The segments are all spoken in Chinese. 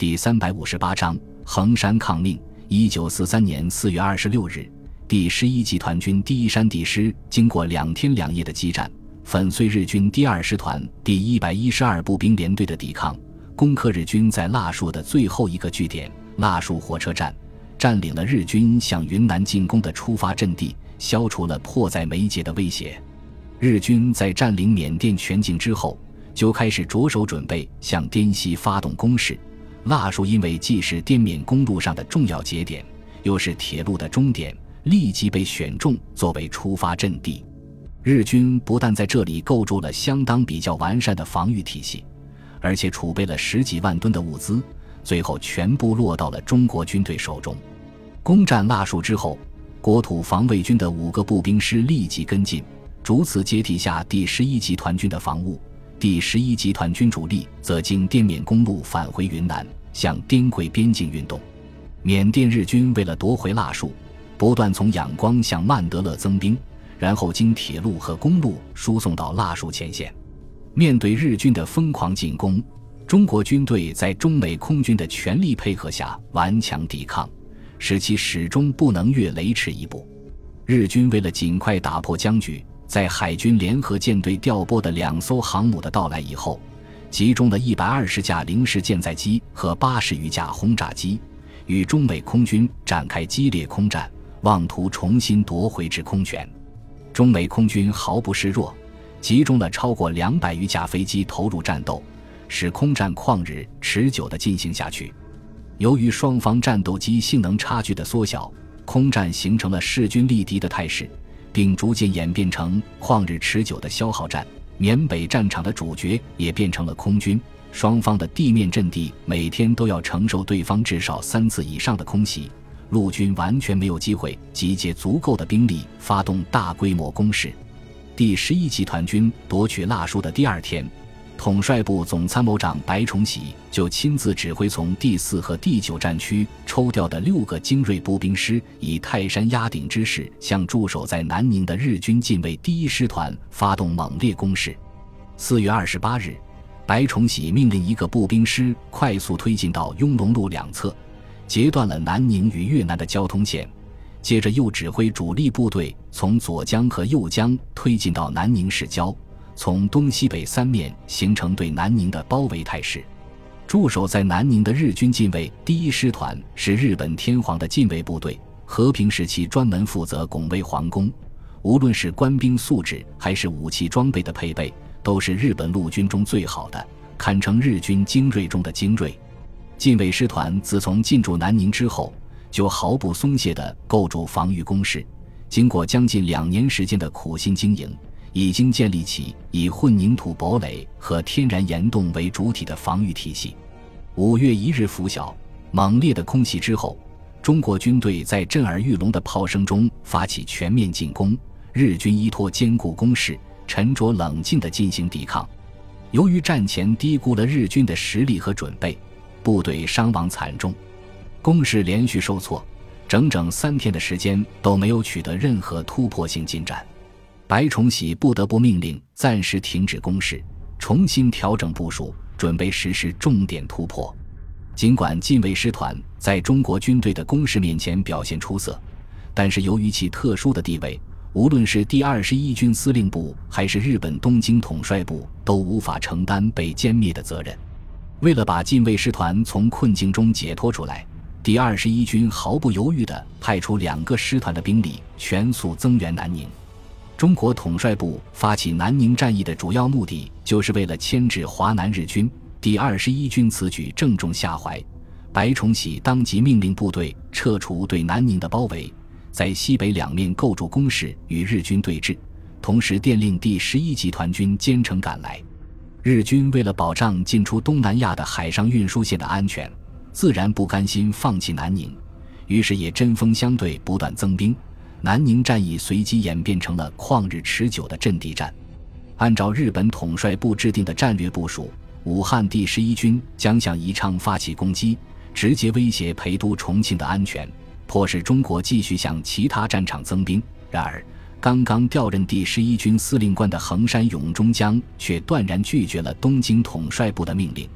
第358章衡山抗命。1943年4月26日，第11集团军第一山地师经过2天2夜的激战，粉碎日军第2师团第112步兵联队的抵抗，攻克日军在腊戍的最后一个据点腊戍火车站，占领了日军向云南进攻的出发阵地，消除了迫在眉睫的威胁。日军在占领缅甸全境之后，就开始着手准备向滇西发动攻势。腊戍因为既是滇缅公路上的重要节点，又是铁路的终点，立即被选中作为出发阵地。日军不但在这里构筑了相当比较完善的防御体系，而且储备了10几万吨的物资，最后全部落到了中国军队手中。攻占腊戍之后，国土防卫军的5个步兵师立即跟进，逐次接替下第11集团军的防务。第11集团军主力则经滇缅公路返回云南，向滇桂边境运动。缅甸日军为了夺回腊戍，不断从仰光向曼德勒增兵，然后经铁路和公路输送到腊戍前线。面对日军的疯狂进攻，中国军队在中美空军的全力配合下顽强抵抗，使其始终不能越雷池一步。日军为了尽快打破僵局，在海军联合舰队调拨的2艘航母的到来以后，集中了120架零式舰载机和80余架轰炸机，与中美空军展开激烈空战，妄图重新夺回制空权。中美空军毫不示弱，集中了超过200余架飞机投入战斗，使空战旷日持久地进行下去。由于双方战斗机性能差距的缩小，空战形成了势均力敌的态势，并逐渐演变成旷日持久的消耗战。缅北战场的主角也变成了空军，双方的地面阵地每天都要承受对方至少3次以上的空袭，陆军完全没有机会集结足够的兵力发动大规模攻势。第11集团军夺取腊戍的第2天，统帅部总参谋长白崇禧就亲自指挥从第4和第9战区抽调的6个精锐步兵师，以泰山压顶之势向驻守在南宁的日军近卫第1师团发动猛烈攻势。4月28日，白崇禧命令1个步兵师快速推进到雍龙路两侧，截断了南宁与越南的交通线，接着又指挥主力部队从左江和右江推进到南宁市郊，从东西北3面形成对南宁的包围态势。驻守在南宁的日军近卫第1师团是日本天皇的近卫部队，和平时期专门负责拱卫皇宫，无论是官兵素质还是武器装备的配备，都是日本陆军中最好的，堪称日军精锐中的精锐。近卫师团自从进驻南宁之后，就毫不松懈地构筑防御工事，经过将近2年时间的苦心经营，已经建立起以混凝土堡垒和天然岩洞为主体的防御体系。5月1日拂晓，猛烈的空袭之后，中国军队在震耳欲聋的炮声中发起全面进攻，日军依托坚固工事，沉着冷静地进行抵抗。由于战前低估了日军的实力和准备，部队伤亡惨重，攻势连续受挫，整整3天的时间都没有取得任何突破性进展。白崇禧不得不命令暂时停止攻势，重新调整部署，准备实施重点突破。尽管近卫师团在中国军队的攻势面前表现出色，但是由于其特殊的地位，无论是第21军司令部还是日本东京统帅部都无法承担被歼灭的责任。为了把近卫师团从困境中解脱出来，第21军毫不犹豫地派出2个师团的兵力全速增援南宁。中国统帅部发起南宁战役的主要目的，就是为了牵制华南日军。第21军此举正中下怀，白崇禧当即命令部队撤除对南宁的包围，在西北2面构筑工事与日军对峙，同时电令第11集团军兼程赶来。日军为了保障进出东南亚的海上运输线的安全，自然不甘心放弃南宁，于是也针锋相对，不断增兵。南宁战役随即演变成了旷日持久的阵地战。按照日本统帅部制定的战略部署，武汉第11军将向宜昌发起攻击，直接威胁陪都重庆的安全，迫使中国继续向其他战场增兵。然而刚刚调任第11军司令官的横山永中将却断然拒绝了东京统帅部的命令，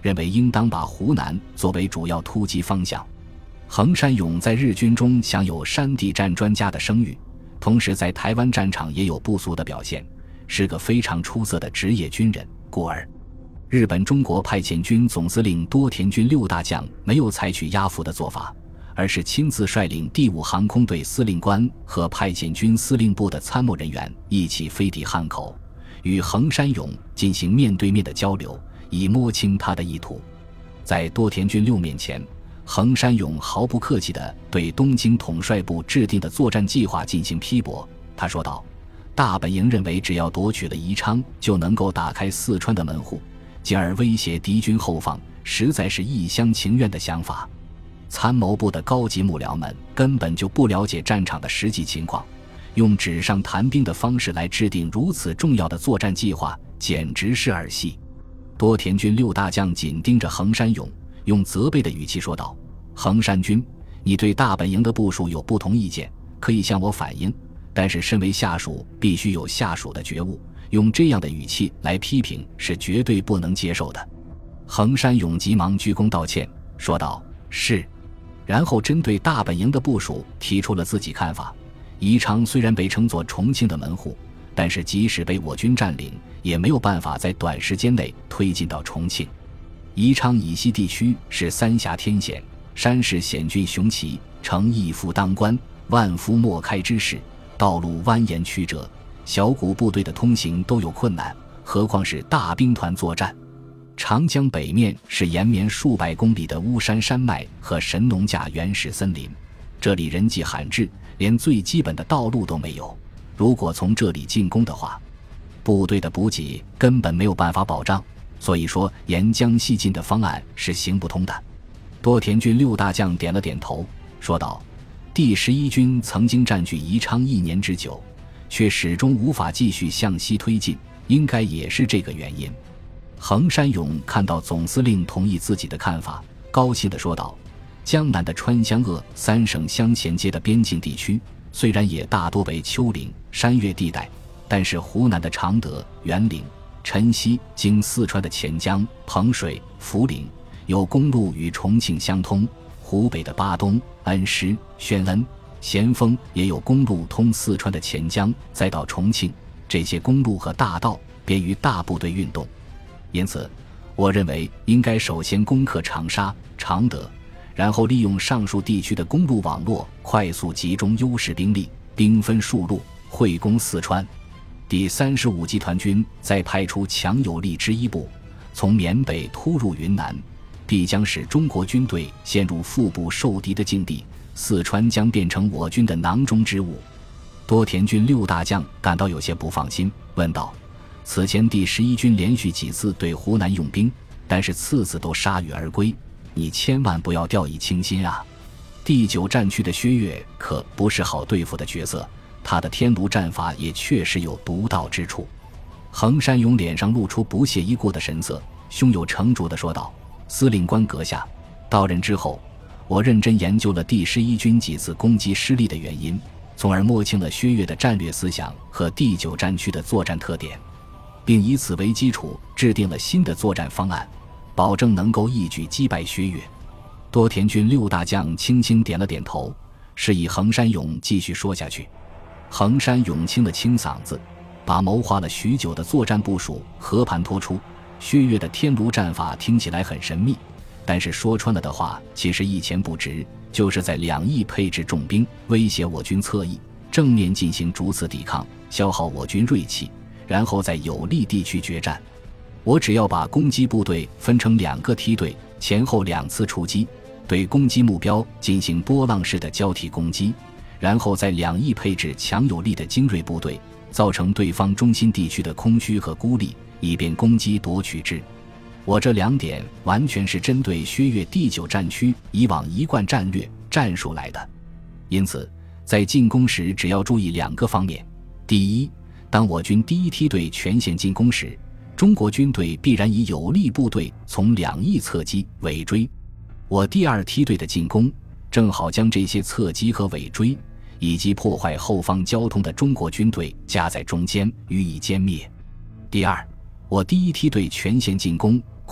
认为应当把湖南作为主要突击方向。横山勇在日军中享有山地战专家的声誉，同时在台湾战场也有不俗的表现，是个非常出色的职业军人。故而日本中国派遣军总司令多田军六大将没有采取压服的做法，而是亲自率领第5航空队司令官和派遣军司令部的参谋人员一起飞抵汉口，与横山勇进行面对面的交流，以摸清他的意图。在多田军六面前，横山勇毫不客气地对东京统帅部制定的作战计划进行批驳。他说道：大本营认为只要夺取了宜昌，就能够打开四川的门户，进而威胁敌军后方，实在是一厢情愿的想法。参谋部的高级幕僚们根本就不了解战场的实际情况，用纸上谈兵的方式来制定如此重要的作战计划，简直是儿戏。多田军六大将紧盯着横山勇，用责备的语气说道：横山君，你对大本营的部署有不同意见，可以向我反映，但是身为下属必须有下属的觉悟，用这样的语气来批评是绝对不能接受的。横山勇急忙鞠躬道歉，说道：是。然后针对大本营的部署提出了自己看法。宜昌虽然被称作重庆的门户，但是即使被我军占领，也没有办法在短时间内推进到重庆。宜昌以西地区是三峡天险，山势险峻雄奇，呈一夫当关，万夫莫开之势，道路蜿蜒曲折，小股部队的通行都有困难，何况是大兵团作战。长江北面是延绵数百公里的巫山山脉和神农架原始森林，这里人迹罕至，连最基本的道路都没有。如果从这里进攻的话，部队的补给根本没有办法保障，所以说沿江西进的方案是行不通的。多田军六大将点了点头，说道：第11军曾经占据宜昌1年之久，却始终无法继续向西推进，应该也是这个原因。横山勇看到总司令同意自己的看法，高兴地说道：江南的川湘鄂3省相衔接的边境地区，虽然也大多为丘陵山岳地带，但是湖南的常德、沅陵、辰溪，经四川的潜江、彭水、涪陵，有公路与重庆相通；湖北的巴东、恩施、宣恩、咸丰也有公路通四川的潜江，再到重庆。这些公路和大道便于大部队运动。因此我认为应该首先攻克长沙、常德，然后利用上述地区的公路网络，快速集中优势兵力，兵分数路，会攻四川。第35集团军再派出强有力之一部，从缅北突入云南，必将使中国军队陷入腹部受敌的境地，四川将变成我军的囊中之物。多田军六大将感到有些不放心，问道：此前第11军连续几次对湖南用兵，但是次次都铩羽而归，你千万不要掉以轻心啊！第9战区的薛岳可不是好对付的角色，他的天炉战法也确实有独到之处。横山勇脸上露出不屑一顾的神色，胸有成竹地说道：司令官阁下，到任之后，我认真研究了第11军几次攻击失利的原因，从而摸清了薛岳的战略思想和第9战区的作战特点，并以此为基础制定了新的作战方案，保证能够一举击败薛岳。多田军六大将轻轻点了点头，示意横山勇继续说下去。横山勇清了清嗓子，把谋划了许久的作战部署和盘托出。薛岳的天炉战法听起来很神秘，但是说穿了的话，其实一钱不值，就是在两翼配置重兵，威胁我军侧翼，正面进行逐次抵抗，消耗我军锐气，然后在有利地区决战。我只要把攻击部队分成2个梯队，前后2次出击，对攻击目标进行波浪式的交替攻击，然后在两翼配置强有力的精锐部队，造成对方中心地区的空虚和孤立，以便攻击夺取之。我这2点完全是针对薛岳第9战区以往一贯战略战术来的。因此在进攻时只要注意2个方面。第一，当我军第1梯队全线进攻时，中国军队必然以有力部队从两翼侧击尾追，我第2梯队的进攻正好将这些侧击和尾追以及破坏后方交通的中国军队夹在中间，予以歼灭。第二，我第1梯队全线进攻，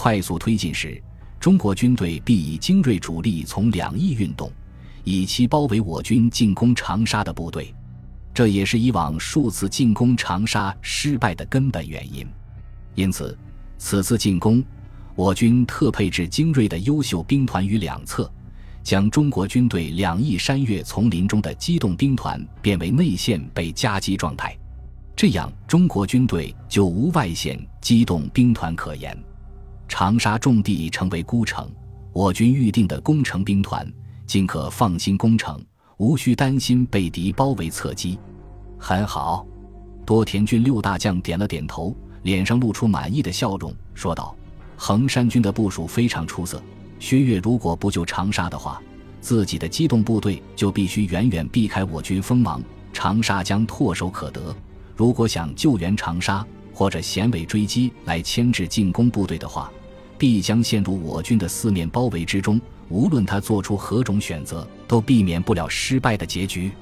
快速推进时，中国军队必以精锐主力从两翼运动，以期包围我军进攻长沙的部队。这也是以往数次进攻长沙失败的根本原因。因此，此次进攻，我军特配置精锐的优秀兵团于两侧，将中国军队两翼山岳丛林中的机动兵团变为内线被夹击状态。这样，中国军队就无外线机动兵团可言。长沙重地成为孤城，我军预定的攻城兵团尽可放心攻城，无需担心被敌包围侧击。很好。多田军六大将点了点头，脸上露出满意的笑容，说道：衡山军的部署非常出色，薛岳如果不救长沙的话，自己的机动部队就必须远远避开我军锋芒，长沙将唾手可得。如果想救援长沙，或者衔尾追击来牵制进攻部队的话，必将陷入我军的四面包围之中，无论他做出何种选择，都避免不了失败的结局。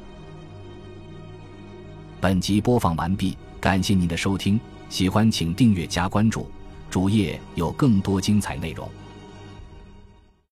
本集播放完毕，感谢您的收听，喜欢请订阅加关注，主页有更多精彩内容。